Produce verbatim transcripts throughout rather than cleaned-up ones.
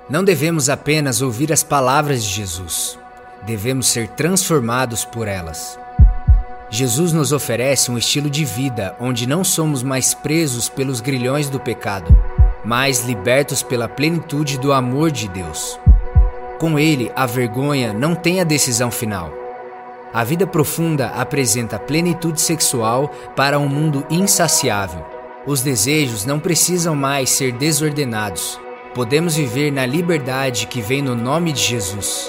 Não devemos apenas ouvir as palavras de Jesus, devemos ser transformados por elas. Jesus nos oferece um estilo de vida onde não somos mais presos pelos grilhões do pecado, mas libertos pela plenitude do amor de Deus. Com ele, a vergonha não tem a decisão final. A vida profunda apresenta plenitude sexual para um mundo insaciável. Os desejos não precisam mais ser desordenados. Podemos viver na liberdade que vem no nome de Jesus.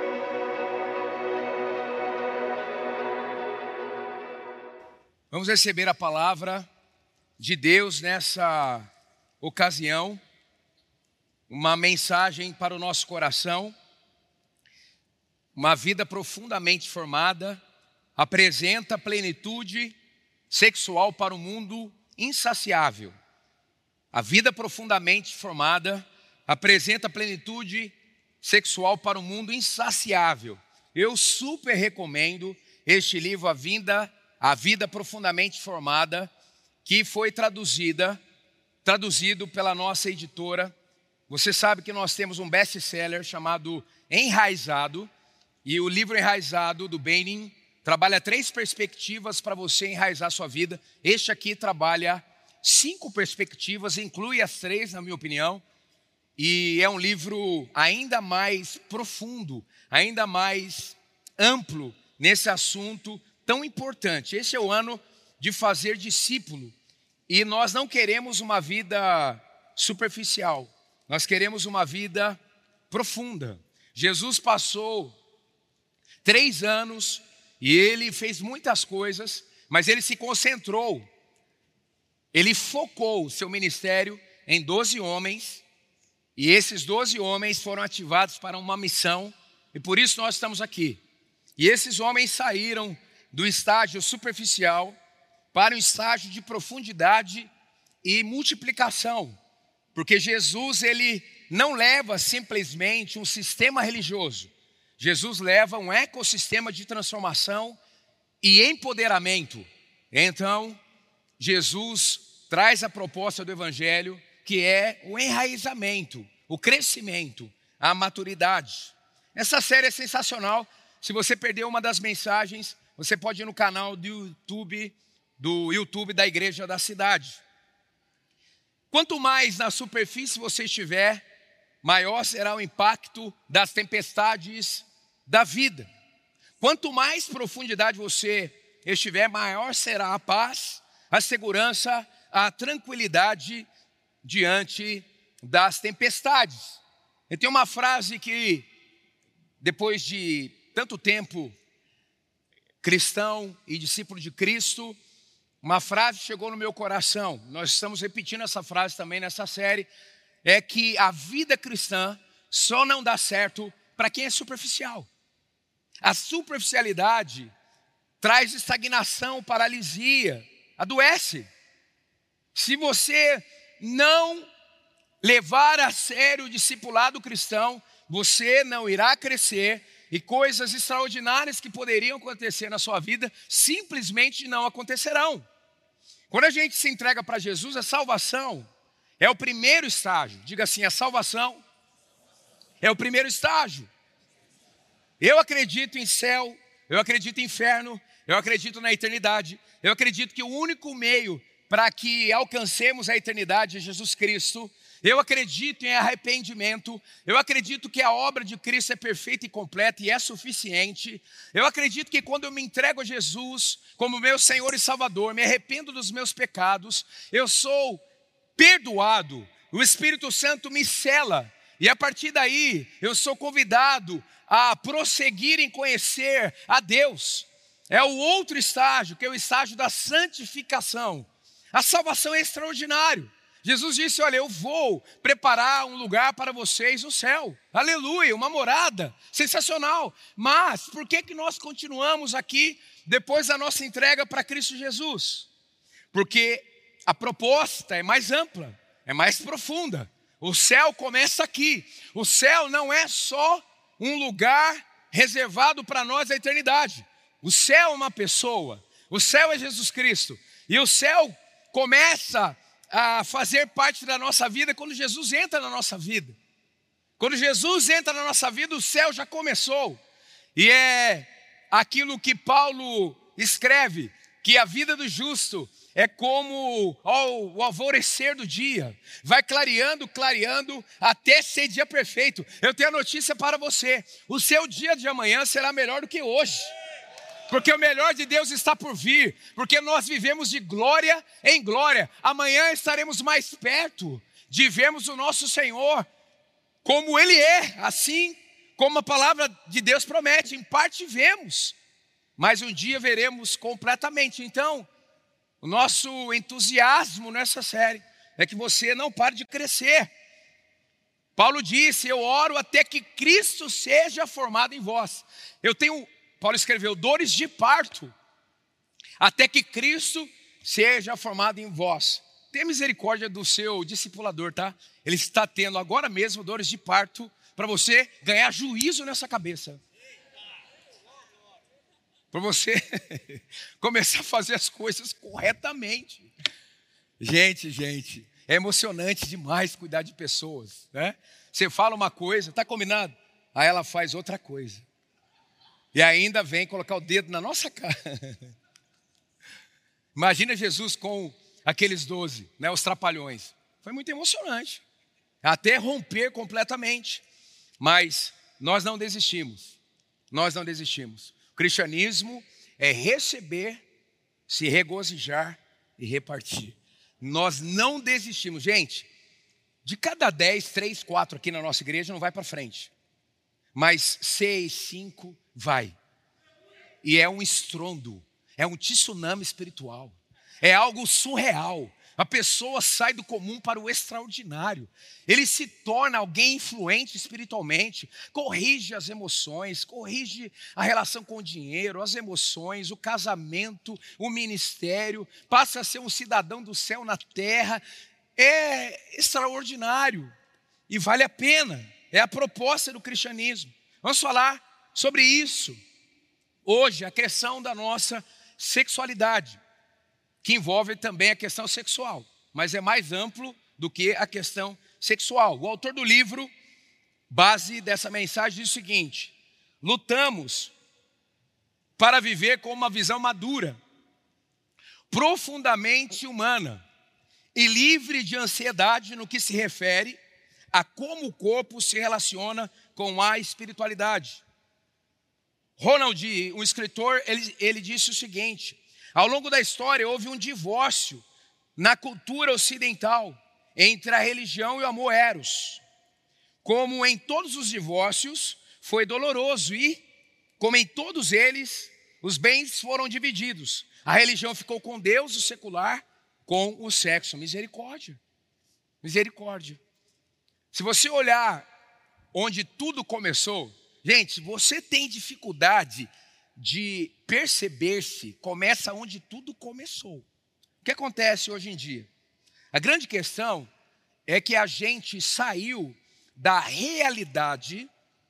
Vamos receber a palavra de Deus nessa ocasião, uma mensagem para o nosso coração. Uma vida profundamente formada apresenta plenitude sexual para um mundo insaciável. A vida profundamente formada apresenta plenitude sexual para um mundo insaciável. Eu super recomendo este livro, A Vida, A Vida Profundamente Formada, que foi traduzida, traduzido pela nossa editora. Você sabe que nós temos um best-seller chamado Enraizado, e o livro Enraizado, do Benning, trabalha três perspectivas para você enraizar sua vida. Este aqui trabalha cinco perspectivas, inclui as três, na minha opinião. E é um livro ainda mais profundo, ainda mais amplo nesse assunto tão importante. Esse é o ano de fazer discípulo. E nós não queremos uma vida superficial. Nós queremos uma vida profunda. Jesus passou três anos e ele fez muitas coisas, mas ele se concentrou. Ele focou o seu ministério em doze homens, e esses doze homens foram ativados para uma missão, e por isso nós estamos aqui. E esses homens saíram do estágio superficial para um estágio de profundidade e multiplicação, porque Jesus ele não leva simplesmente um sistema religioso. Jesus leva um ecossistema de transformação e empoderamento. Então, Jesus traz a proposta do Evangelho, que é o enraizamento, o crescimento, a maturidade. Essa série é sensacional. Se você perdeu uma das mensagens, você pode ir no canal do YouTube, do YouTube da Igreja da Cidade. Quanto mais na superfície você estiver, maior será o impacto das tempestades da vida. Quanto mais profundidade você estiver, maior será a paz, a segurança, a tranquilidade diante das tempestades. E tem uma frase que, depois de tanto tempo cristão e discípulo de Cristo, uma frase chegou no meu coração. Nós estamos repetindo essa frase também nessa série. É que a vida cristã só não dá certo para quem é superficial. A superficialidade traz estagnação, paralisia, adoece. Se você não levar a sério o discipulado cristão, você não irá crescer e coisas extraordinárias que poderiam acontecer na sua vida simplesmente não acontecerão. Quando a gente se entrega para Jesus, a salvação é o primeiro estágio. Diga assim, a salvação é o primeiro estágio. Eu acredito em céu, eu acredito em inferno, eu acredito na eternidade. Eu acredito que o único meio para que alcancemos a eternidade é Jesus Cristo. Eu acredito em arrependimento. Eu acredito que a obra de Cristo é perfeita e completa e é suficiente. Eu acredito que quando eu me entrego a Jesus como meu Senhor e Salvador, me arrependo dos meus pecados, eu sou perdoado, o Espírito Santo me sela, e a partir daí eu sou convidado a prosseguir em conhecer a Deus. É o outro estágio, que é o estágio da santificação. A salvação é extraordinário. Jesus disse, olha, eu vou preparar um lugar para vocês no céu. Aleluia, uma morada, sensacional. Mas por que que nós continuamos aqui depois da nossa entrega para Cristo Jesus? Porque a proposta é mais ampla, é mais profunda. O céu começa aqui. O céu não é só um lugar reservado para nós da eternidade. O céu é uma pessoa. O céu é Jesus Cristo. E o céu começa a fazer parte da nossa vida quando Jesus entra na nossa vida. Quando Jesus entra na nossa vida, o céu já começou. E é aquilo que Paulo escreve, que a vida do justo é como o alvorecer do dia. Vai clareando, clareando, até ser dia perfeito. Eu tenho a notícia para você. O seu dia de amanhã será melhor do que hoje. Porque o melhor de Deus está por vir. Porque nós vivemos de glória em glória. Amanhã estaremos mais perto de vermos o nosso Senhor como Ele é, assim como a palavra de Deus promete. Em parte vemos, mas um dia veremos completamente. Então, o nosso entusiasmo nessa série é que você não pare de crescer. Paulo disse, eu oro até que Cristo seja formado em vós. Eu tenho, Paulo escreveu, dores de parto, até que Cristo seja formado em vós. Tenha misericórdia do seu discipulador, tá? Ele está tendo agora mesmo dores de parto para você ganhar juízo nessa cabeça. Para você começar a fazer as coisas corretamente. Gente, gente, é emocionante demais cuidar de pessoas, né? Você fala uma coisa, tá combinado? Aí ela faz outra coisa. E ainda vem colocar o dedo na nossa cara. Imagina Jesus com aqueles doze, né, os trapalhões. Foi muito emocionante. Até romper completamente. Mas nós não desistimos. Nós não desistimos. O cristianismo é receber, se regozijar e repartir. Nós não desistimos. Gente, de cada dez, três, quatro aqui na nossa igreja não vai para frente. Mas seis, cinco vai. E é um estrondo, é um tsunami espiritual. É algo surreal. A pessoa sai do comum para o extraordinário. Ele se torna alguém influente espiritualmente. Corrige as emoções, corrige a relação com o dinheiro, as emoções, o casamento, o ministério. Passa a ser um cidadão do céu na terra. É extraordinário e vale a pena. É a proposta do cristianismo. Vamos falar sobre isso. Hoje, a questão da nossa sexualidade, que envolve também a questão sexual, mas é mais amplo do que a questão sexual. O autor do livro, base dessa mensagem, diz o seguinte: lutamos para viver com uma visão madura, profundamente humana e livre de ansiedade no que se refere a como o corpo se relaciona com a espiritualidade. Ronald, um escritor, ele, ele disse o seguinte: ao longo da história houve um divórcio na cultura ocidental entre a religião e o amor eros. Como em todos os divórcios, foi doloroso e, como em todos eles, os bens foram divididos. A religião ficou com Deus, o secular com o sexo. Misericórdia. Misericórdia. Se você olhar onde tudo começou, gente, se você tem dificuldade de perceber-se, começa onde tudo começou. O que acontece hoje em dia? A grande questão é que a gente saiu da realidade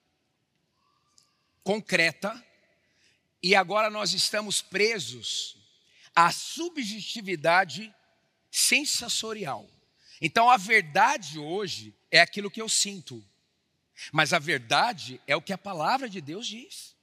concreta e agora nós estamos presos à subjetividade sensorial. Então a verdade hoje é aquilo que eu sinto, mas a verdade é o que a palavra de Deus diz.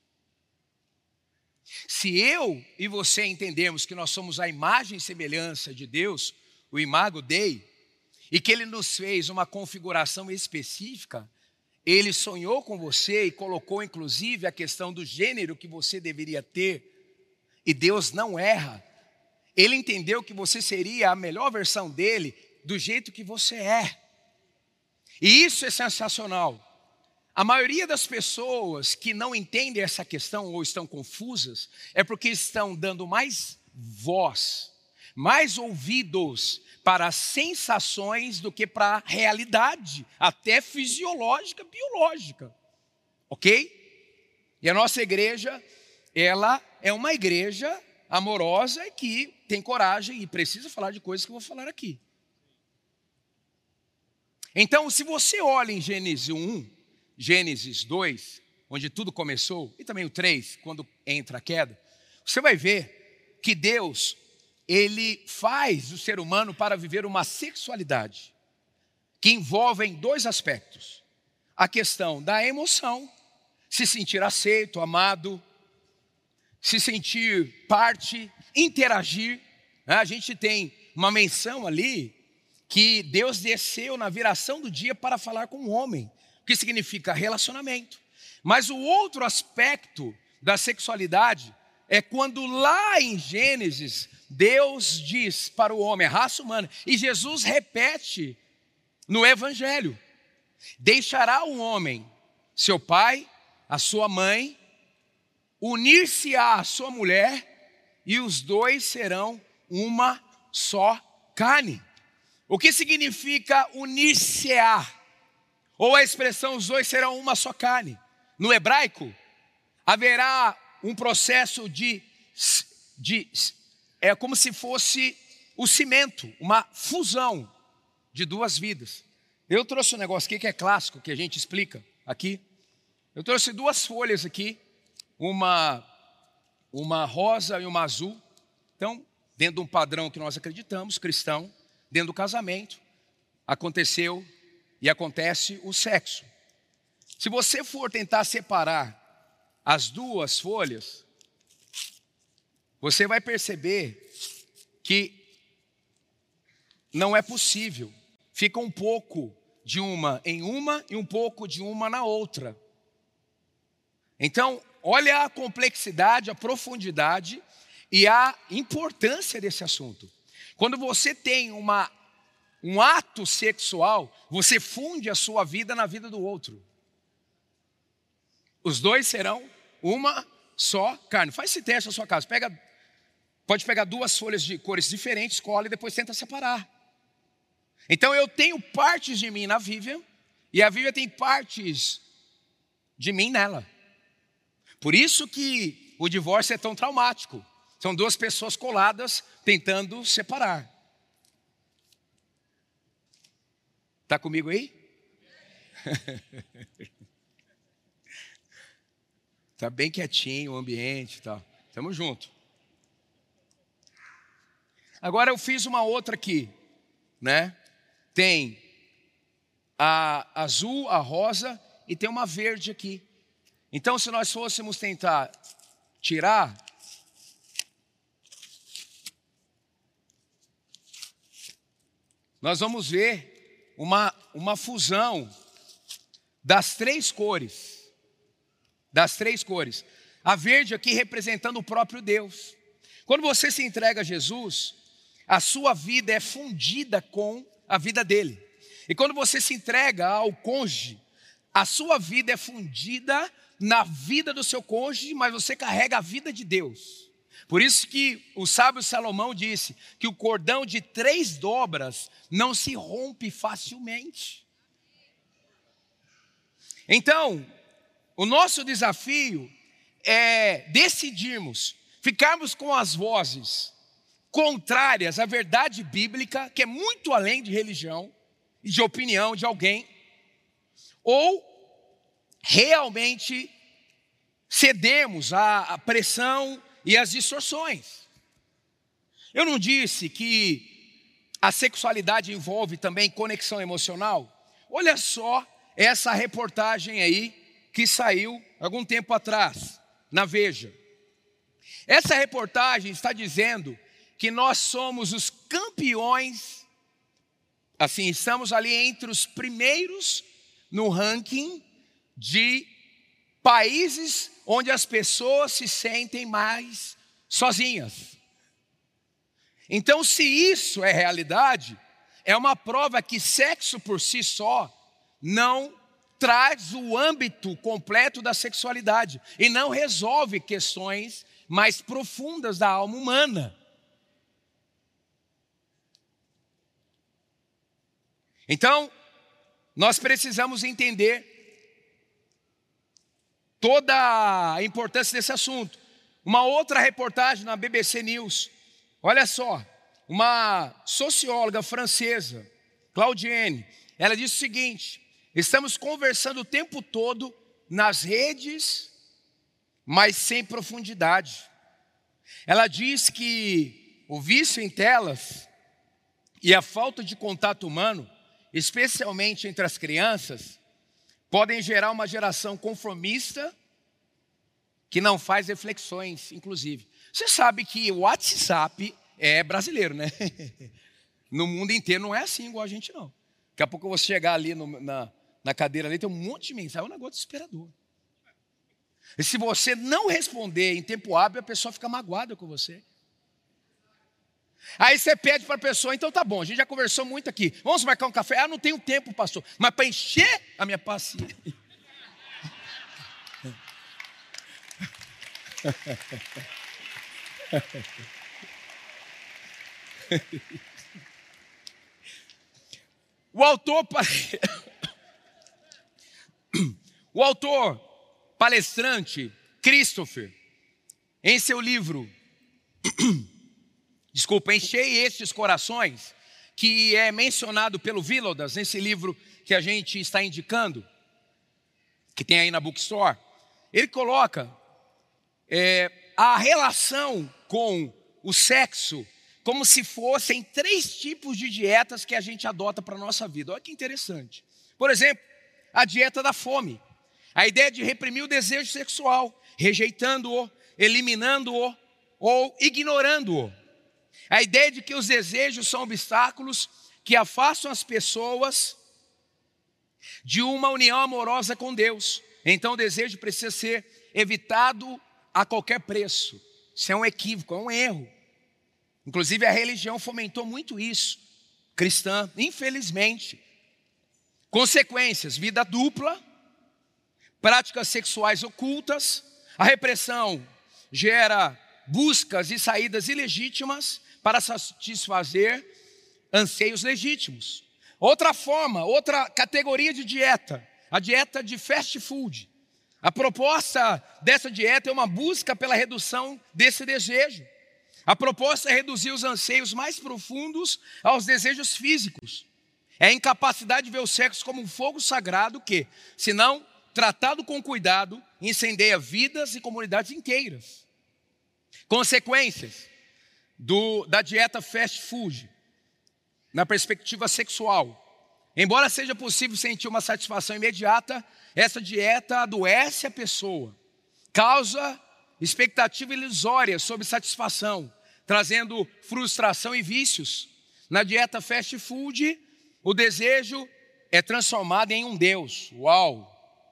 Se eu e você entendermos que nós somos a imagem e semelhança de Deus, o imago Dei, e que Ele nos fez uma configuração específica, Ele sonhou com você e colocou inclusive a questão do gênero que você deveria ter, e Deus não erra. Ele entendeu que você seria a melhor versão dEle do jeito que você é. E isso é sensacional. A maioria das pessoas que não entendem essa questão ou estão confusas é porque estão dando mais voz, mais ouvidos para as sensações do que para a realidade, até fisiológica, biológica. Ok? E a nossa igreja, ela é uma igreja amorosa e que tem coragem e precisa falar de coisas que eu vou falar aqui. Então, se você olha em Gênesis um, Gênesis dois, onde tudo começou, e também o três, quando entra a queda, você vai ver que Deus, Ele faz o ser humano para viver uma sexualidade que envolve em dois aspectos: a questão da emoção, se sentir aceito, amado, se sentir parte, interagir. A gente tem uma menção ali que Deus desceu na viração do dia para falar com o homem, o que significa relacionamento. Mas o outro aspecto da sexualidade é quando lá em Gênesis, Deus diz para o homem, a raça humana, e Jesus repete no Evangelho: deixará o homem seu pai, a sua mãe, unir-se-á à sua mulher, e os dois serão uma só carne. O que significa unir-se-á? Ou a expressão os dois serão uma só carne. No hebraico, haverá um processo de, de é como se fosse o cimento, uma fusão de duas vidas. Eu trouxe um negócio aqui que é clássico, que a gente explica aqui. Eu trouxe duas folhas aqui, uma, uma rosa e uma azul. Então, dentro de um padrão que nós acreditamos, cristão, dentro do casamento, aconteceu e acontece o sexo. Se você for tentar separar as duas folhas, você vai perceber que não é possível. Fica um pouco de uma em uma e um pouco de uma na outra. Então, olha a complexidade, a profundidade e a importância desse assunto. Quando você tem uma, um ato sexual, você funde a sua vida na vida do outro. Os dois serão uma só carne. Faz esse teste na sua casa. Pega, pode pegar duas folhas de cores diferentes, escolhe e depois tenta separar. Então eu tenho partes de mim na Vivian e a Vivian tem partes de mim nela. Por isso que o divórcio é tão traumático. São duas pessoas coladas tentando separar. Está comigo aí? Está bem quietinho o ambiente e tal. Estamos juntos. Agora eu fiz uma outra aqui, né? Tem a azul, a rosa e tem uma verde aqui. Então, se nós fôssemos tentar tirar, nós vamos ver uma, uma fusão das três cores. Das três cores. A verde aqui representando o próprio Deus. Quando você se entrega a Jesus, a sua vida é fundida com a vida dele. E quando você se entrega ao cônjuge, a sua vida é fundida na vida do seu cônjuge, mas você carrega a vida de Deus. Por isso que o sábio Salomão disse que o cordão de três dobras não se rompe facilmente. Então, o nosso desafio é decidirmos, ficarmos com as vozes contrárias à verdade bíblica, que é muito além de religião e de opinião de alguém, ou realmente cedemos à pressão e às distorções. Eu não disse que a sexualidade envolve também conexão emocional? Olha só essa reportagem aí que saiu algum tempo atrás, na Veja. Essa reportagem está dizendo que nós somos os campeões, assim, estamos ali entre os primeiros no ranking de países onde as pessoas se sentem mais sozinhas. Então, se isso é realidade, é uma prova que sexo por si só não traz o âmbito completo da sexualidade e não resolve questões mais profundas da alma humana. Então, nós precisamos entender toda a importância desse assunto. Uma outra reportagem na B B C News, olha só, uma socióloga francesa, Claudienne, ela disse o seguinte: estamos conversando o tempo todo nas redes, mas sem profundidade. Ela diz que o vício em telas e a falta de contato humano, especialmente entre as crianças, podem gerar uma geração conformista que não faz reflexões, inclusive. Você sabe que o WhatsApp é brasileiro, né? No mundo inteiro não é assim igual a gente, não. Daqui a pouco eu vou chegar ali no, na, na cadeira ali, tem um monte de mensagem, é um negócio desesperador. E se você não responder em tempo hábil, a pessoa fica magoada com você. Aí você pede para a pessoa, então tá bom, a gente já conversou muito aqui, vamos marcar um café? Ah, não tenho tempo, pastor, mas para encher a minha paciência. O autor, o autor palestrante Christopher, em seu livro, desculpa, Enchei Estes Corações, que é mencionado pelo Villodas, nesse livro que a gente está indicando, que tem aí na Bookstore, ele coloca é, a relação com o sexo como se fossem três tipos de dietas que a gente adota para a nossa vida. Olha que interessante. Por exemplo, a dieta da fome. A ideia de reprimir o desejo sexual, rejeitando-o, eliminando-o ou ignorando-o. A ideia de que os desejos são obstáculos que afastam as pessoas de uma união amorosa com Deus. Então o desejo precisa ser evitado a qualquer preço. Isso é um equívoco, é um erro. Inclusive a religião fomentou muito isso, cristã, infelizmente. Consequências, vida dupla, práticas sexuais ocultas, a repressão gera buscas e saídas ilegítimas para satisfazer anseios legítimos. Outra forma, outra categoria de dieta, a dieta de fast food. A proposta dessa dieta é uma busca pela redução desse desejo. A proposta é reduzir os anseios mais profundos aos desejos físicos. É a incapacidade de ver o sexo como um fogo sagrado que, se não tratado com cuidado, incendeia vidas e comunidades inteiras. Consequências do, da dieta fast food, na perspectiva sexual. Embora seja possível sentir uma satisfação imediata, essa dieta adoece a pessoa, causa expectativa ilusória sobre satisfação, trazendo frustração e vícios. Na dieta fast food, o desejo é transformado em um Deus. Uau!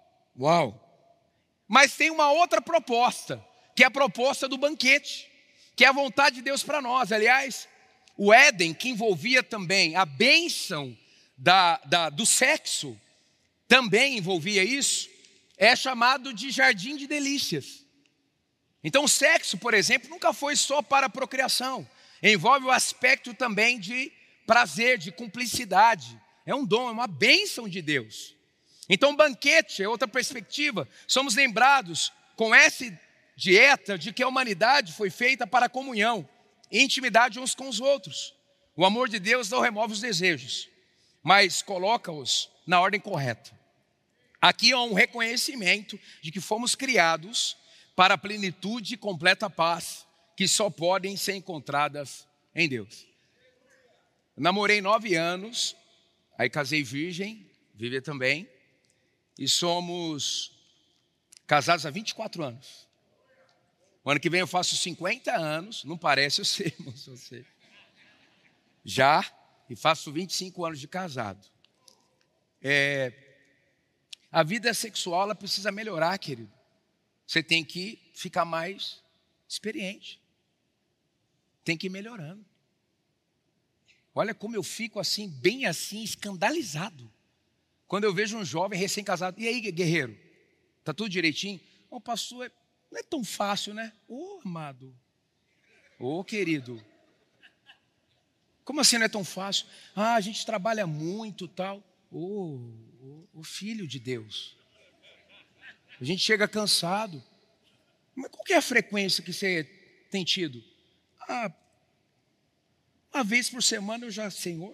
Uau! Mas tem uma outra proposta, que é a proposta do banquete, que é a vontade de Deus para nós. Aliás, o Éden, que envolvia também a bênção da, da, do sexo, também envolvia isso, é chamado de jardim de delícias. Então o sexo, por exemplo, nunca foi só para a procriação. Envolve o aspecto também de prazer, de cumplicidade. É um dom, é uma bênção de Deus. Então banquete é outra perspectiva. Somos lembrados com essa dieta de que a humanidade foi feita para a comunhão e intimidade uns com os outros. O amor de Deus não remove os desejos, mas coloca-os na ordem correta. Aqui há um reconhecimento de que fomos criados para a plenitude e completa paz, que só podem ser encontradas em Deus. Namorei nove anos, aí casei virgem, Vivi também, e somos casados há vinte e quatro anos. O ano que vem eu faço cinquenta anos, não parece, eu sei, mas eu sei. Já, e faço vinte e cinco anos de casado. É, a vida sexual, ela precisa melhorar, querido. Você tem que ficar mais experiente. Tem que ir melhorando. Olha como eu fico assim, bem assim, escandalizado. Quando eu vejo um jovem recém-casado. E aí, guerreiro? Está tudo direitinho? Ô, oh, pastor, não é tão fácil, né? Ô, oh, amado. Ô, oh, querido. Como assim não é tão fácil? Ah, a gente trabalha muito e tal. Ô, oh, oh, oh, filho de Deus. A gente chega cansado. Mas qual que é a frequência que você tem tido? Ah, uma vez por semana eu já, Senhor.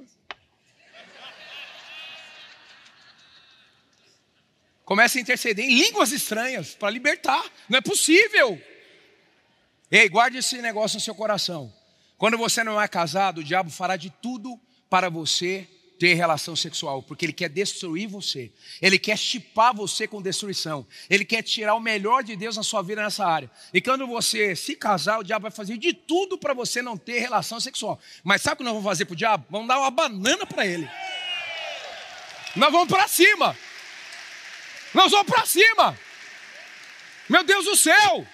Começa a interceder em línguas estranhas para libertar. Não é possível. Ei, guarde esse negócio no seu coração. Quando você não é casado, o diabo fará de tudo para você ter relação sexual, porque ele quer destruir você. Ele quer chipar você com destruição. Ele quer tirar o melhor de Deus na sua vida nessa área. E quando você se casar, o diabo vai fazer de tudo para você não ter relação sexual. Mas sabe o que nós vamos fazer para o diabo? Vamos dar uma banana para ele. Nós vamos para cima. Nós vamos para cima. Meu Deus do céu.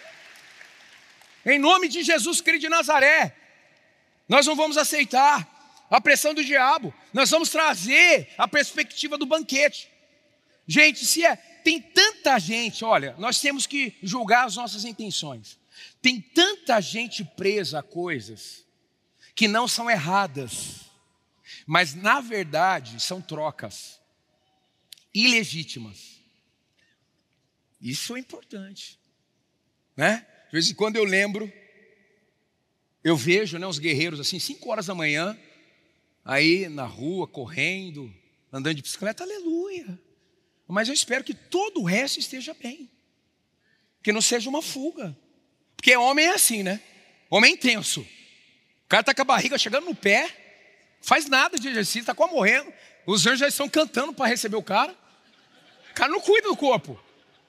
Em nome de Jesus Cristo de Nazaré, nós não vamos aceitar a pressão do diabo. Nós vamos trazer a perspectiva do banquete. Gente, se é, tem tanta gente, olha, nós temos que julgar as nossas intenções. Tem tanta gente presa a coisas que não são erradas, mas na verdade são trocas ilegítimas. Isso é importante, né? De vez em quando eu lembro, eu vejo, né, os guerreiros assim, cinco horas da manhã, aí na rua, correndo, andando de bicicleta, aleluia. Mas eu espero que todo o resto esteja bem, que não seja uma fuga. Porque homem é assim, né? Homem é intenso. O cara está com a barriga chegando no pé, faz nada de exercício, está quase morrendo. Os anjos já estão cantando para receber o cara. O cara não cuida do corpo.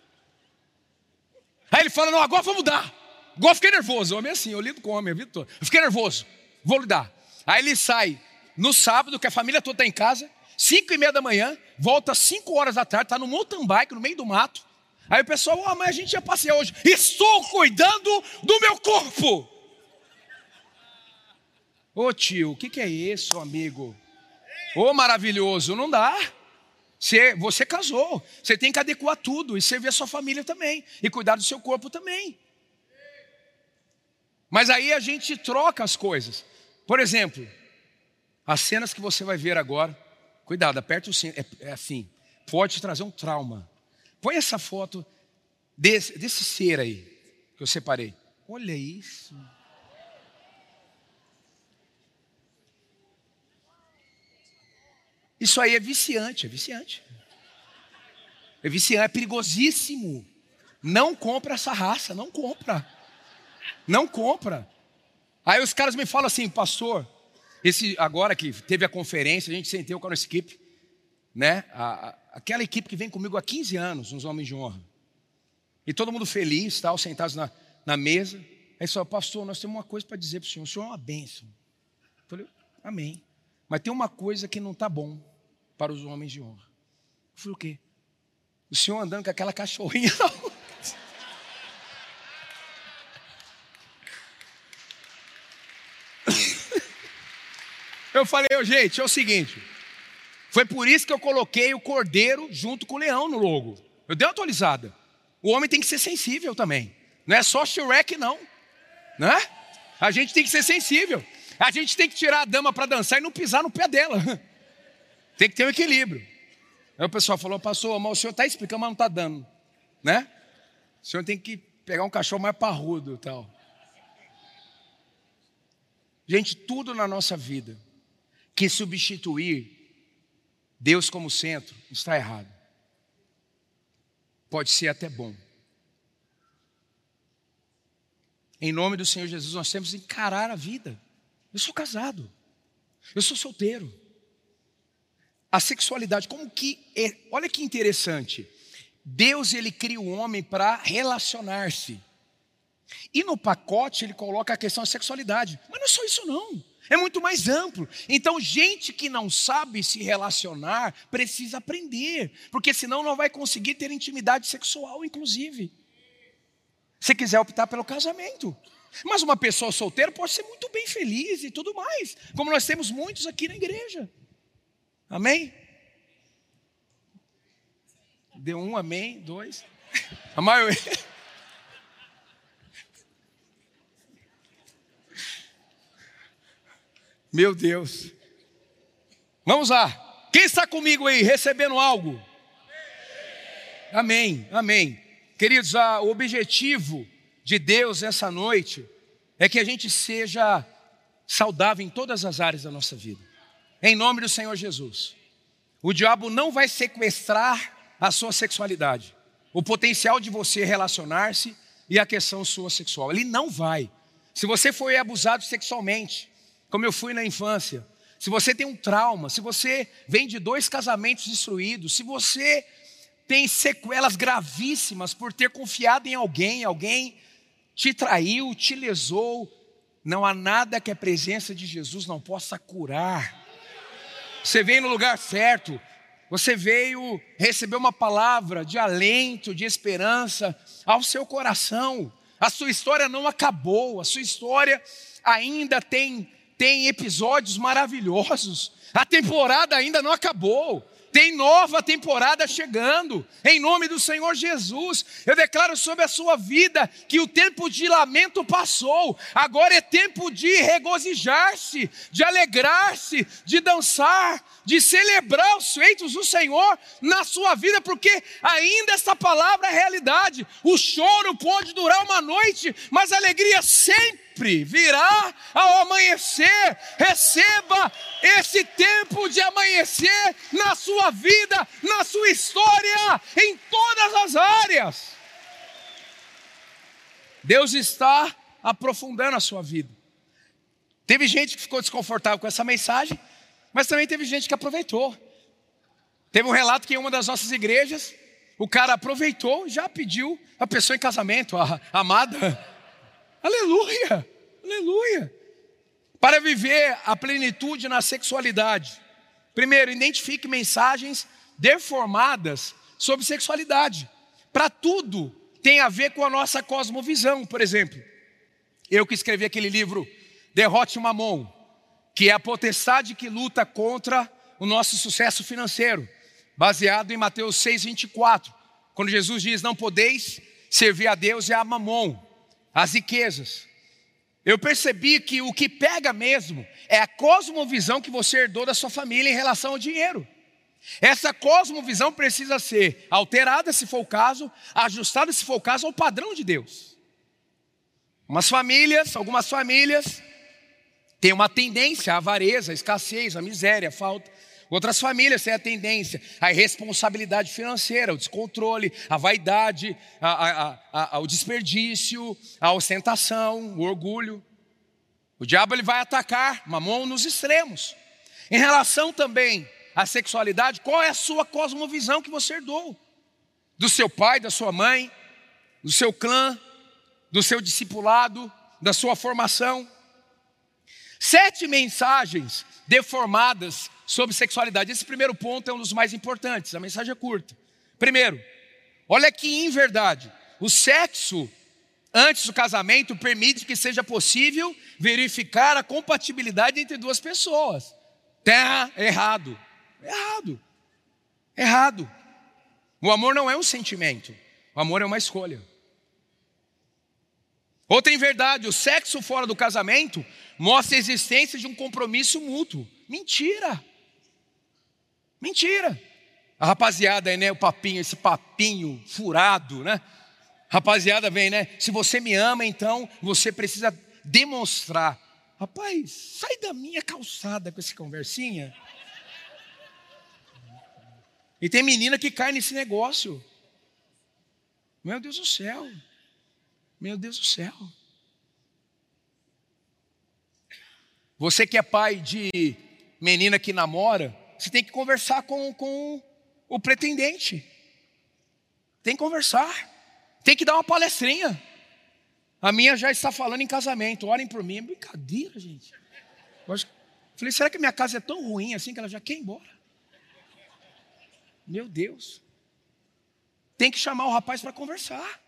Aí ele fala, não, agora vamos dar. Agora eu fiquei nervoso. Homem é assim, eu lido com homem a vida toda. Eu fiquei nervoso, vou lidar. Aí ele sai no sábado, que a família toda está em casa, cinco e meia da manhã, volta cinco horas da tarde, está no mountain bike, no meio do mato. Aí o pessoal, ah, mas a gente ia passear hoje. Estou cuidando do meu corpo. Ô tio, o que, que é isso, amigo? Ô maravilhoso, não dá. Você, você casou, você tem que adequar tudo e servir a sua família também. E cuidar do seu corpo também. Mas aí a gente troca as coisas. Por exemplo, as cenas que você vai ver agora, cuidado, aperte o cinto, é, é assim, pode te trazer um trauma. Põe essa foto desse, desse ser aí, que eu separei. Olha isso. Isso aí é viciante, é viciante. É viciante, é perigosíssimo. Não compra essa raça, não compra. Não compra. Aí os caras me falam assim, pastor, esse, agora que teve a conferência, a gente sentou com a nossa equipe, né? A, a, aquela equipe que vem comigo há quinze anos, uns homens de honra. E todo mundo feliz, tal, sentados na, na mesa. Aí só, pastor, nós temos uma coisa para dizer para o senhor. O senhor é uma bênção. Eu falei, amém. Mas tem uma coisa que não está bom para os homens de honra. Eu falei, o quê? O senhor andando com aquela cachorrinha. Eu falei, oh, gente, é o seguinte. Foi por isso que eu coloquei o cordeiro junto com o leão no logo. Eu dei uma atualizada. O homem tem que ser sensível também. Não é só Shrek, não. Né? A gente tem que ser sensível. A gente tem que tirar a dama para dançar e não pisar no pé dela. Tem que ter um equilíbrio. Aí o pessoal falou, pastor, mas o senhor está explicando, mas não está dando. Né? O senhor tem que pegar um cachorro mais parrudo e tal. Gente, tudo na nossa vida que substituir Deus como centro está errado. Pode ser até bom. Em nome do Senhor Jesus, nós temos que encarar a vida. Eu sou casado. Eu sou solteiro. A sexualidade, como que é, olha que interessante. Deus, ele cria o homem para relacionar-se. E no pacote ele coloca a questão da sexualidade. Mas não é só isso não. É muito mais amplo. Então, gente que não sabe se relacionar precisa aprender, porque senão não vai conseguir ter intimidade sexual, inclusive. Se quiser optar pelo casamento. Mas uma pessoa solteira pode ser muito bem feliz e tudo mais, como nós temos muitos aqui na igreja. Amém? Deu um amém, dois. A maioria. Meu Deus. Vamos lá. Quem está comigo aí, recebendo algo? Amém, amém. Queridos, a, o objetivo de Deus essa noite é que a gente seja saudável em todas as áreas da nossa vida. Em nome do Senhor Jesus. O diabo não vai sequestrar a sua sexualidade, o potencial de você relacionar-se e a questão sua sexual. Ele não vai. Se você foi abusado sexualmente, como eu fui na infância, se você tem um trauma, se você vem de dois casamentos destruídos, se você tem sequelas gravíssimas por ter confiado em alguém, alguém te traiu, te lesou, não há nada que a presença de Jesus não possa curar. Você veio no lugar certo, você veio receber uma palavra de alento, de esperança ao seu coração. A sua história não acabou, a sua história ainda tem, tem episódios maravilhosos. A temporada ainda não acabou. Tem nova temporada chegando, em nome do Senhor Jesus. Eu declaro sobre a sua vida que o tempo de lamento passou. Agora é tempo de regozijar-se, de alegrar-se, de dançar, de celebrar os feitos do Senhor na sua vida, porque ainda essa palavra é realidade. O choro pode durar uma noite, mas a alegria sempre virá ao amanhecer. Receba esse tempo de amanhecer na sua vida, na sua história, em todas as áreas. Deus está aprofundando a sua vida. Teve gente que ficou desconfortável com essa mensagem, mas também teve gente que aproveitou. Teve um relato que em uma das nossas igrejas, o cara aproveitou e já pediu a pessoa em casamento, a amada. Aleluia, aleluia. Para viver a plenitude na sexualidade, primeiro, identifique mensagens deformadas sobre sexualidade. Para tudo tem a ver com a nossa cosmovisão. Por exemplo, eu que escrevi aquele livro, Derrote o Mamon, que é a potestade que luta contra o nosso sucesso financeiro, baseado em Mateus seis, vinte e quatro, quando Jesus diz, não podeis servir a Deus e a Mamon, as riquezas. Eu percebi que o que pega mesmo é a cosmovisão que você herdou da sua família em relação ao dinheiro. Essa cosmovisão precisa ser alterada, se for o caso, ajustada, se for o caso, ao padrão de Deus. Umas famílias, algumas famílias têm uma tendência à avareza, à escassez, à miséria, à falta. Outras famílias têm a tendência à irresponsabilidade financeira, ao descontrole, à vaidade, a, a, a, ao desperdício, à ostentação, o orgulho. O diabo ele vai atacar Mamon nos extremos. Em relação também à sexualidade, qual é a sua cosmovisão que você herdou? Do seu pai, da sua mãe, do seu clã, do seu discipulado, da sua formação. Sete mensagens deformadas sobre sexualidade. Esse primeiro ponto é um dos mais importantes, a mensagem é curta. Primeiro, olha que em verdade, o sexo antes do casamento permite que seja possível verificar a compatibilidade entre duas pessoas. Tá errado, errado, errado. O amor não é um sentimento, o amor é uma escolha. Outra em verdade, o sexo fora do casamento mostra a existência de um compromisso mútuo. Mentira. Mentira. A rapaziada aí, né, o papinho, esse papinho furado, né? Rapaziada vem, né? Se você me ama, então você precisa demonstrar. Rapaz, sai da minha calçada com essa conversinha. E tem menina que cai nesse negócio. Meu Deus do céu. Meu Deus do céu. Você que é pai de menina que namora, você tem que conversar com, com o pretendente. Tem que conversar. Tem que dar uma palestrinha. A minha já está falando em casamento. Orem por mim. É brincadeira, gente. Eu falei, será que a minha casa é tão ruim assim que ela já quer ir embora? Meu Deus. Tem que chamar o rapaz para conversar.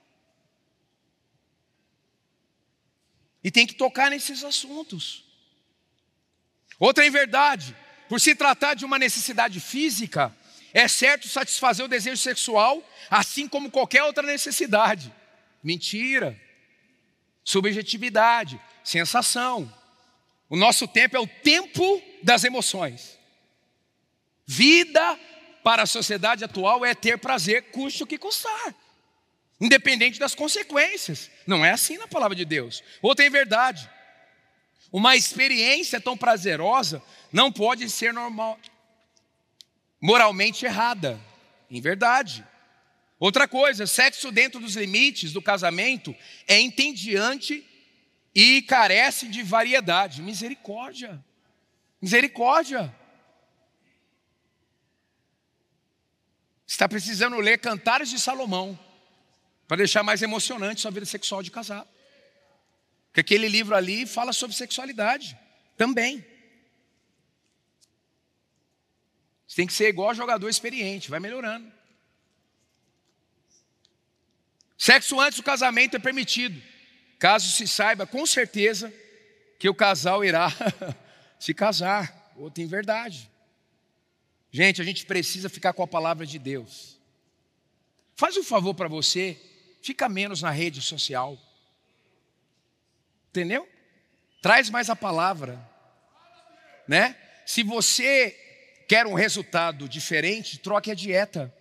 E tem que tocar nesses assuntos. Outra em verdade, por se tratar de uma necessidade física, é certo satisfazer o desejo sexual, assim como qualquer outra necessidade. Mentira. Subjetividade, sensação. O nosso tempo é o tempo das emoções. Vida para a sociedade atual é ter prazer, custe o que custar. Independente das consequências. Não é assim na palavra de Deus. Outra em verdade. Uma experiência tão prazerosa não pode ser normal, moralmente errada. Em verdade. Outra coisa, sexo dentro dos limites do casamento é entediante e carece de variedade. Misericórdia. Misericórdia. Você está precisando ler Cantares de Salomão para deixar mais emocionante sua vida sexual de casado. Porque aquele livro ali fala sobre sexualidade também. Você tem que ser igual a jogador experiente, vai melhorando. Sexo antes do casamento é permitido, caso se saiba com certeza que o casal irá se casar, ou tem verdade. Gente, a gente precisa ficar com a palavra de Deus. Faz um favor para você, fica menos na rede social. Entendeu? Traz mais a palavra, né? Se você quer um resultado diferente, troque a dieta.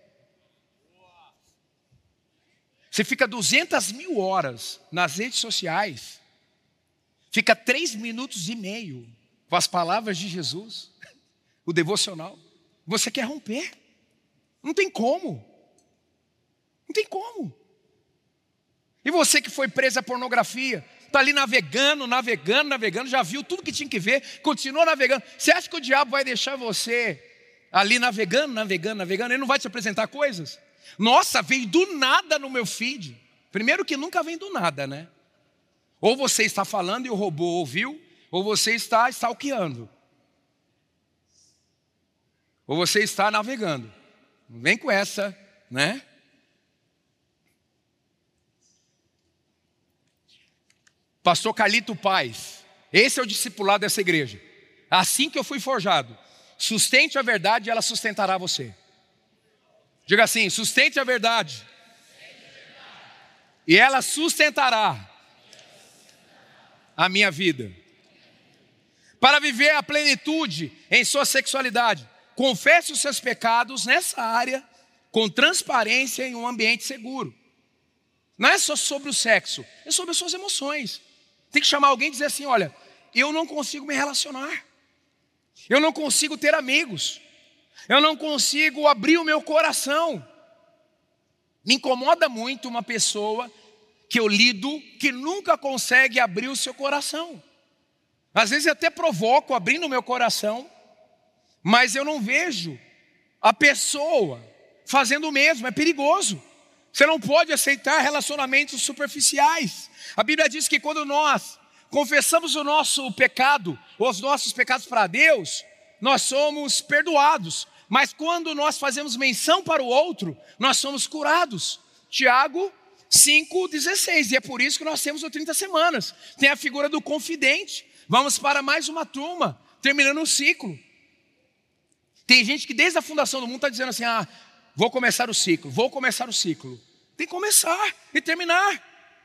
Você fica duzentas mil horas nas redes sociais, fica três minutos e meio com as palavras de Jesus, o devocional. Você quer romper? Não tem como. Não tem como. E você que foi preso à pornografia, está ali navegando, navegando, navegando, já viu tudo que tinha que ver, continua navegando. Você acha que o diabo vai deixar você ali navegando, navegando, navegando? Ele não vai te apresentar coisas? Nossa, veio do nada no meu feed. Primeiro que nunca vem do nada, né? Ou você está falando e o robô ouviu, ou você está stalkeando. Ou você está navegando. Não vem com essa, né? Pastor Carlito Paz, esse é o discipulado dessa igreja. Assim que eu fui forjado, sustente a verdade e ela sustentará você. Diga assim, sustente a verdade e ela sustentará a minha vida. Para viver a plenitude em sua sexualidade, confesse os seus pecados nessa área com transparência em um ambiente seguro. Não é só sobre o sexo, é sobre as suas emoções. Tem que chamar alguém e dizer assim, olha, eu não consigo me relacionar. Eu não consigo ter amigos. Eu não consigo abrir o meu coração. Me incomoda muito uma pessoa que eu lido que nunca consegue abrir o seu coração. Às vezes eu até provoco abrindo o meu coração, mas eu não vejo a pessoa fazendo o mesmo, é perigoso. Você não pode aceitar relacionamentos superficiais. A Bíblia diz que quando nós confessamos o nosso pecado, ou os nossos pecados para Deus, nós somos perdoados. Mas quando nós fazemos menção para o outro, nós somos curados. Tiago cinco, dezesseis. E é por isso que nós temos o trinta semanas. Tem a figura do confidente. Vamos para mais uma turma, terminando o ciclo. Tem gente que desde a fundação do mundo está dizendo assim, ah, vou começar o ciclo, vou começar o ciclo. Tem que começar e terminar.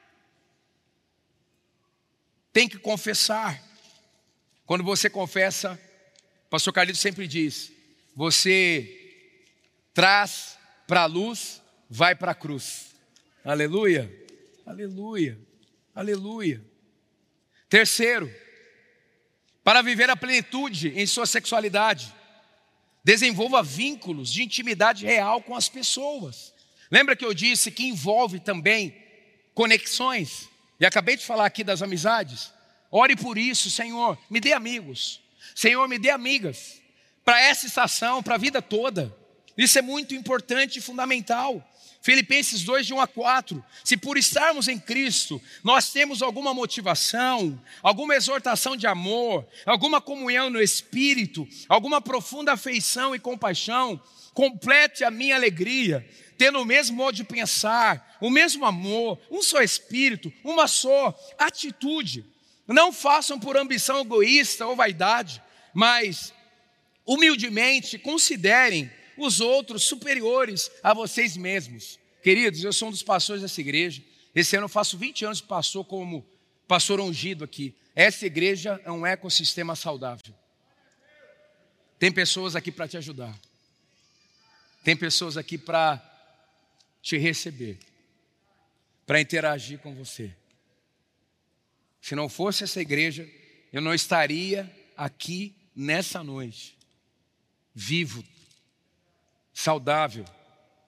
Tem que confessar. Quando você confessa, o pastor Carlito sempre diz, você traz para a luz, vai para a cruz. Aleluia, aleluia, aleluia. Terceiro, para viver a plenitude em sua sexualidade, desenvolva vínculos de intimidade real com as pessoas. Lembra que eu disse que envolve também conexões? E acabei de falar aqui das amizades. Ore por isso, Senhor, me dê amigos. Senhor, me dê amigas. Para essa estação, para a vida toda. Isso é muito importante e fundamental. Filipenses dois, de um a quatro. Se por estarmos em Cristo, nós temos alguma motivação, alguma exortação de amor, alguma comunhão no Espírito, alguma profunda afeição e compaixão, complete a minha alegria, tendo o mesmo modo de pensar, o mesmo amor, um só Espírito, uma só atitude. Não façam por ambição egoísta ou vaidade, mas humildemente considerem os outros superiores a vocês mesmos. Queridos, eu sou um dos pastores dessa igreja. Esse ano eu faço vinte anos de pastor como pastor ungido aqui. Essa igreja é um ecossistema saudável. Tem pessoas aqui para te ajudar. Tem pessoas aqui para te receber, para interagir com você. Se não fosse essa igreja, eu não estaria aqui nessa noite, vivo, saudável,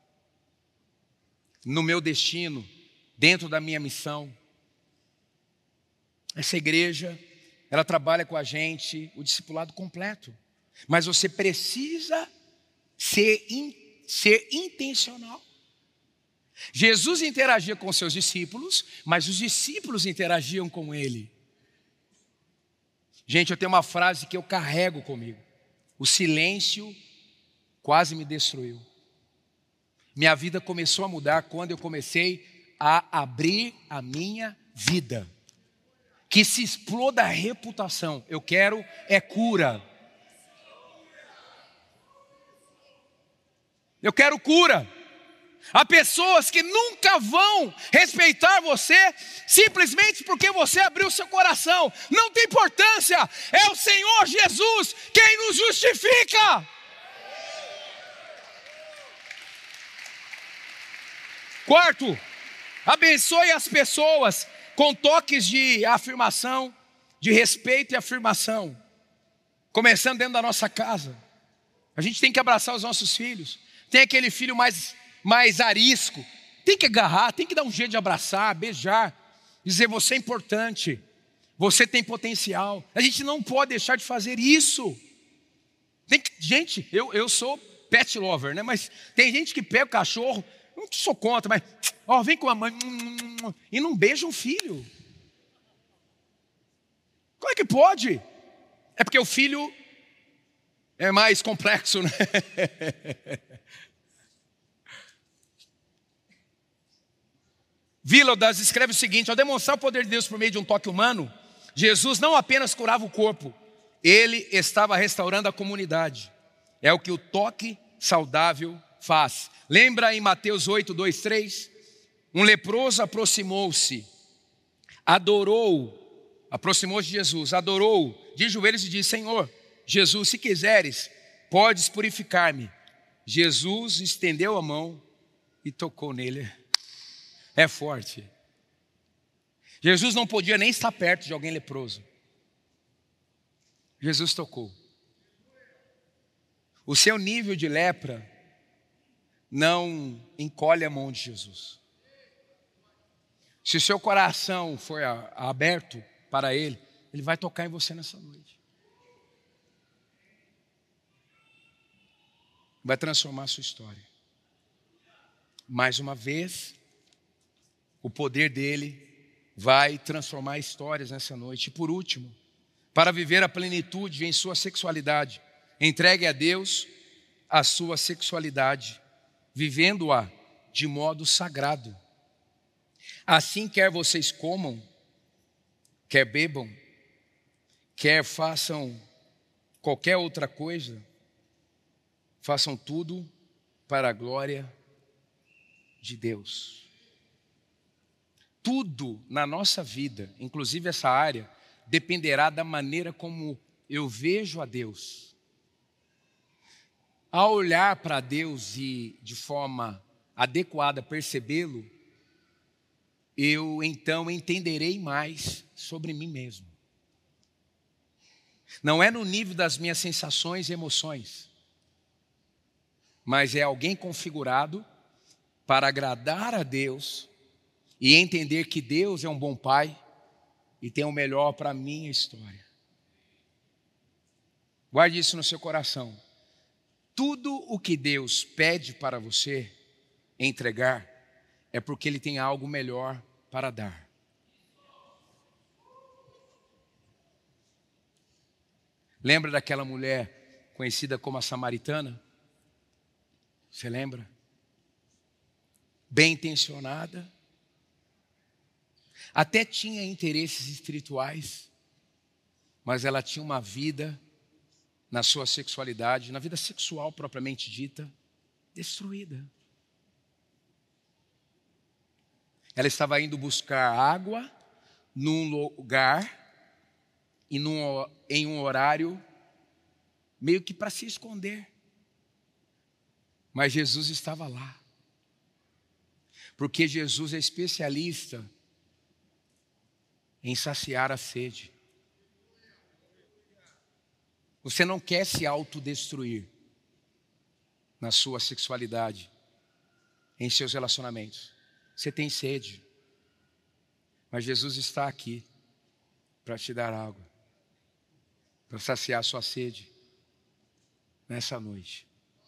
no meu destino, dentro da minha missão. Essa igreja ela trabalha com a gente o discipulado completo. Mas você precisa ser, in, ser intencional. Jesus interagia com seus discípulos, mas os discípulos interagiam com ele. Gente, eu tenho uma frase que eu carrego comigo. O silêncio quase me destruiu. Minha vida começou a mudar quando eu comecei a abrir a minha vida. Que se exploda a reputação. Eu quero é cura. Eu quero cura. Há pessoas que nunca vão respeitar você simplesmente porque você abriu seu coração. Não tem importância. É o Senhor Jesus quem nos justifica. Quarto, abençoe as pessoas com toques de afirmação, de respeito e afirmação. Começando dentro da nossa casa. A gente tem que abraçar os nossos filhos. Tem aquele filho mais, mais arisco. Tem que agarrar, tem que dar um jeito de abraçar, beijar. Dizer, você é importante. Você tem potencial. A gente não pode deixar de fazer isso. Tem que, gente, eu, eu sou pet lover, né? Mas tem gente que pega o cachorro. Não sou contra, mas ó, vem com a mãe e não beija um filho. Como é que pode? É porque o filho é mais complexo, né? Villodas escreve o seguinte: ao demonstrar o poder de Deus por meio de um toque humano, Jesus não apenas curava o corpo, ele estava restaurando a comunidade. É o que o toque saudável faz. Lembra em Mateus oito, dois, três? Um leproso aproximou-se, adorou, aproximou-se de Jesus, adorou, de joelhos e disse: Senhor, Jesus, se quiseres, podes purificar-me. Jesus estendeu a mão e tocou nele. É forte. Jesus não podia nem estar perto de alguém leproso. Jesus tocou. O seu nível de lepra não encolhe a mão de Jesus. Se o seu coração for aberto para Ele, Ele vai tocar em você nessa noite. Vai transformar a sua história. Mais uma vez, o poder dEle vai transformar histórias nessa noite. E por último, para viver a plenitude em sua sexualidade, entregue a Deus a sua sexualidade, vivendo-a de modo sagrado. Assim, quer vocês comam, quer bebam, quer façam qualquer outra coisa, façam tudo para a glória de Deus. Tudo na nossa vida, inclusive essa área, dependerá da maneira como eu vejo a Deus. Ao olhar para Deus e de forma adequada percebê-lo, eu então entenderei mais sobre mim mesmo. Não é no nível das minhas sensações e emoções, mas é alguém configurado para agradar a Deus e entender que Deus é um bom Pai e tem o melhor para a minha história. Guarde isso no seu coração. Tudo o que Deus pede para você entregar é porque Ele tem algo melhor para dar. Lembra daquela mulher conhecida como a samaritana? Você lembra? Bem intencionada. Até tinha interesses espirituais, mas ela tinha uma vida na sua sexualidade, na vida sexual propriamente dita, destruída. Ela estava indo buscar água num lugar e num, em um horário meio que para se esconder. Mas Jesus estava lá. Porque Jesus é especialista em saciar a sede. Você não quer se autodestruir na sua sexualidade, em seus relacionamentos. Você tem sede, mas Jesus está aqui para te dar água. para saciar sua sede nessa noite.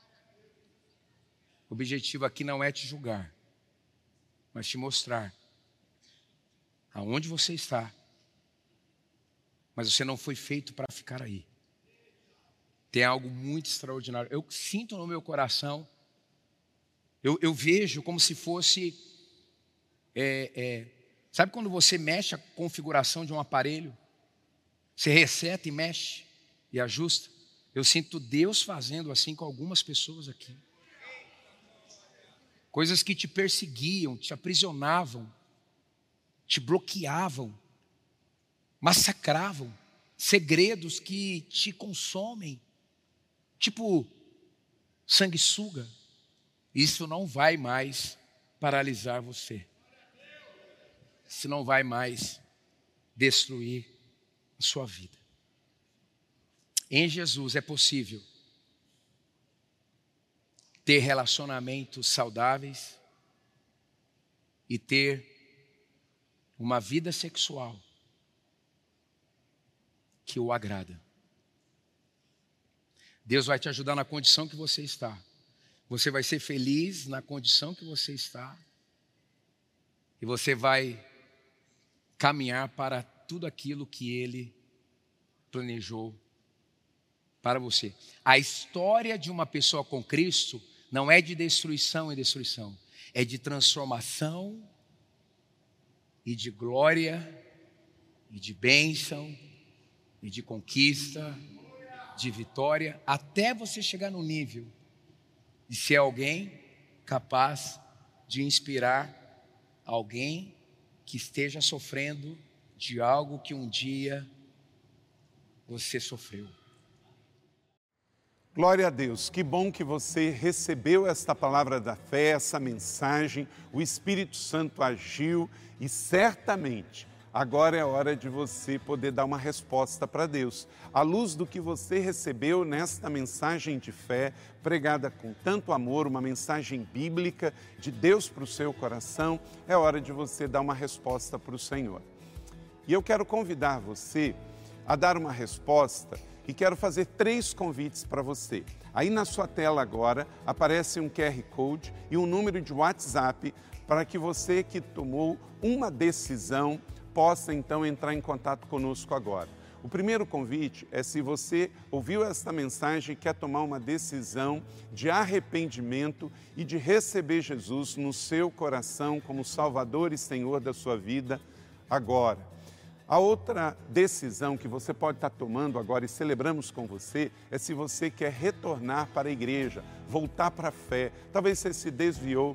O objetivo aqui não é te julgar, mas te mostrar aonde você está. Mas você não foi feito para ficar aí. Tem algo muito extraordinário. Eu sinto no meu coração, eu, eu vejo como se fosse, é, é, sabe quando você mexe a configuração de um aparelho? Você reseta e mexe e ajusta. Eu sinto Deus fazendo assim com algumas pessoas aqui. Coisas que te perseguiam, te aprisionavam, te bloqueavam, massacravam, segredos que te consomem, tipo sanguessuga. Isso não vai mais paralisar você. Isso não vai mais destruir a sua vida. Em Jesus é possível ter relacionamentos saudáveis e ter uma vida sexual que o agrada. Deus vai te ajudar na condição que você está. Você vai ser feliz na condição que você está. E você vai caminhar para tudo aquilo que Ele planejou para você. A história de uma pessoa com Cristo não é de destruição em destruição. É de transformação e de glória e de bênção e de conquista, de vitória, até você chegar no nível de ser alguém capaz de inspirar alguém que esteja sofrendo de algo que um dia você sofreu. Glória a Deus, que bom que você recebeu esta palavra da fé, essa mensagem, o Espírito Santo agiu e certamente agora é hora de você poder dar uma resposta para Deus. À luz do que você recebeu nesta mensagem de fé, pregada com tanto amor, uma mensagem bíblica de Deus para o seu coração, é hora de você dar uma resposta para o Senhor. E eu quero convidar você a dar uma resposta e quero fazer três convites para você. Aí na sua tela agora aparece um Q R Code e um número de WhatsApp para que você que tomou uma decisão possa então entrar em contato conosco agora. O primeiro convite é se você ouviu esta mensagem e quer tomar uma decisão de arrependimento e de receber Jesus no seu coração como Salvador e Senhor da sua vida agora. A outra decisão que você pode estar tomando agora e celebramos com você é se você quer retornar para a igreja, voltar para a fé. Talvez você se desviou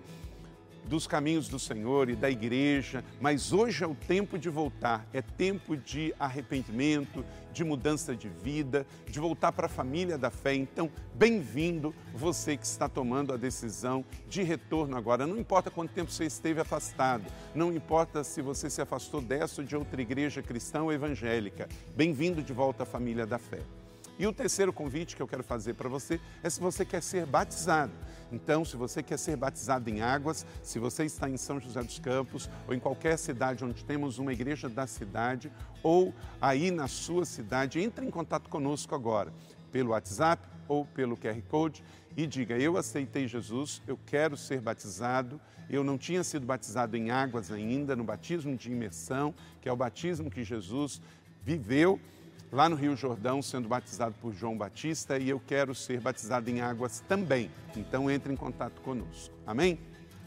dos caminhos do Senhor e da igreja, mas hoje é o tempo de voltar, é tempo de arrependimento, de mudança de vida, de voltar para a família da fé. Então, bem-vindo você que está tomando a decisão de retorno agora. Não importa quanto tempo você esteve afastado, não importa se você se afastou dessa ou de outra igreja cristã ou evangélica, bem-vindo de volta à família da fé. E o terceiro convite que eu quero fazer para você é se você quer ser batizado. Então, se você quer ser batizado em águas, se você está em São José dos Campos ou em qualquer cidade onde temos uma igreja da cidade ou aí na sua cidade, entre em contato conosco agora, pelo WhatsApp ou pelo Q R Code e diga: eu aceitei Jesus, eu quero ser batizado, eu não tinha sido batizado em águas ainda, no batismo de imersão, que é o batismo que Jesus viveu lá no Rio Jordão, sendo batizado por João Batista, e eu quero ser batizado em águas também. Então, entre em contato conosco. Amém?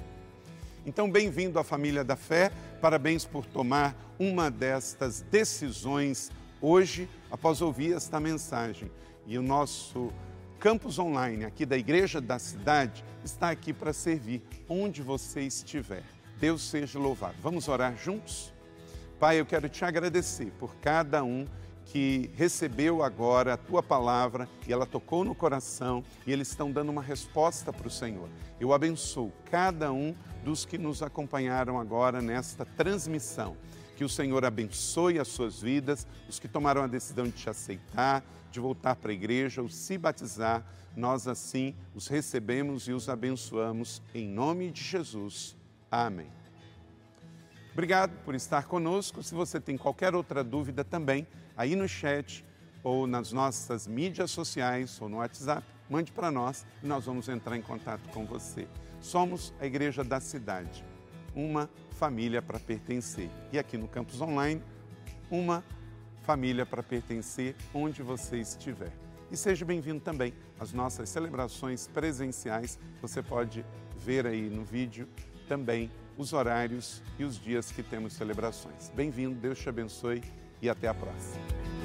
Então, bem-vindo à família da fé. Parabéns por tomar uma destas decisões hoje, após ouvir esta mensagem. E o nosso campus online aqui da Igreja da Cidade está aqui para servir onde você estiver. Deus seja louvado. Vamos orar juntos? Pai, eu quero te agradecer por cada um que recebeu agora a Tua palavra e ela tocou no coração e eles estão dando uma resposta para o Senhor. Eu abençoo cada um dos que nos acompanharam agora nesta transmissão. Que o Senhor abençoe as suas vidas, os que tomaram a decisão de te aceitar, de voltar para a igreja ou se batizar, nós assim os recebemos e os abençoamos em nome de Jesus. Amém. Obrigado por estar conosco. Se você tem qualquer outra dúvida também, aí no chat ou nas nossas mídias sociais ou no WhatsApp, mande para nós e nós vamos entrar em contato com você. Somos a Igreja da Cidade, uma família para pertencer. E aqui no Campus Online, uma família para pertencer onde você estiver. E seja bem-vindo também às nossas celebrações presenciais. Você pode ver aí no vídeo também os horários e os dias que temos celebrações. Bem-vindo, Deus te abençoe e até a próxima.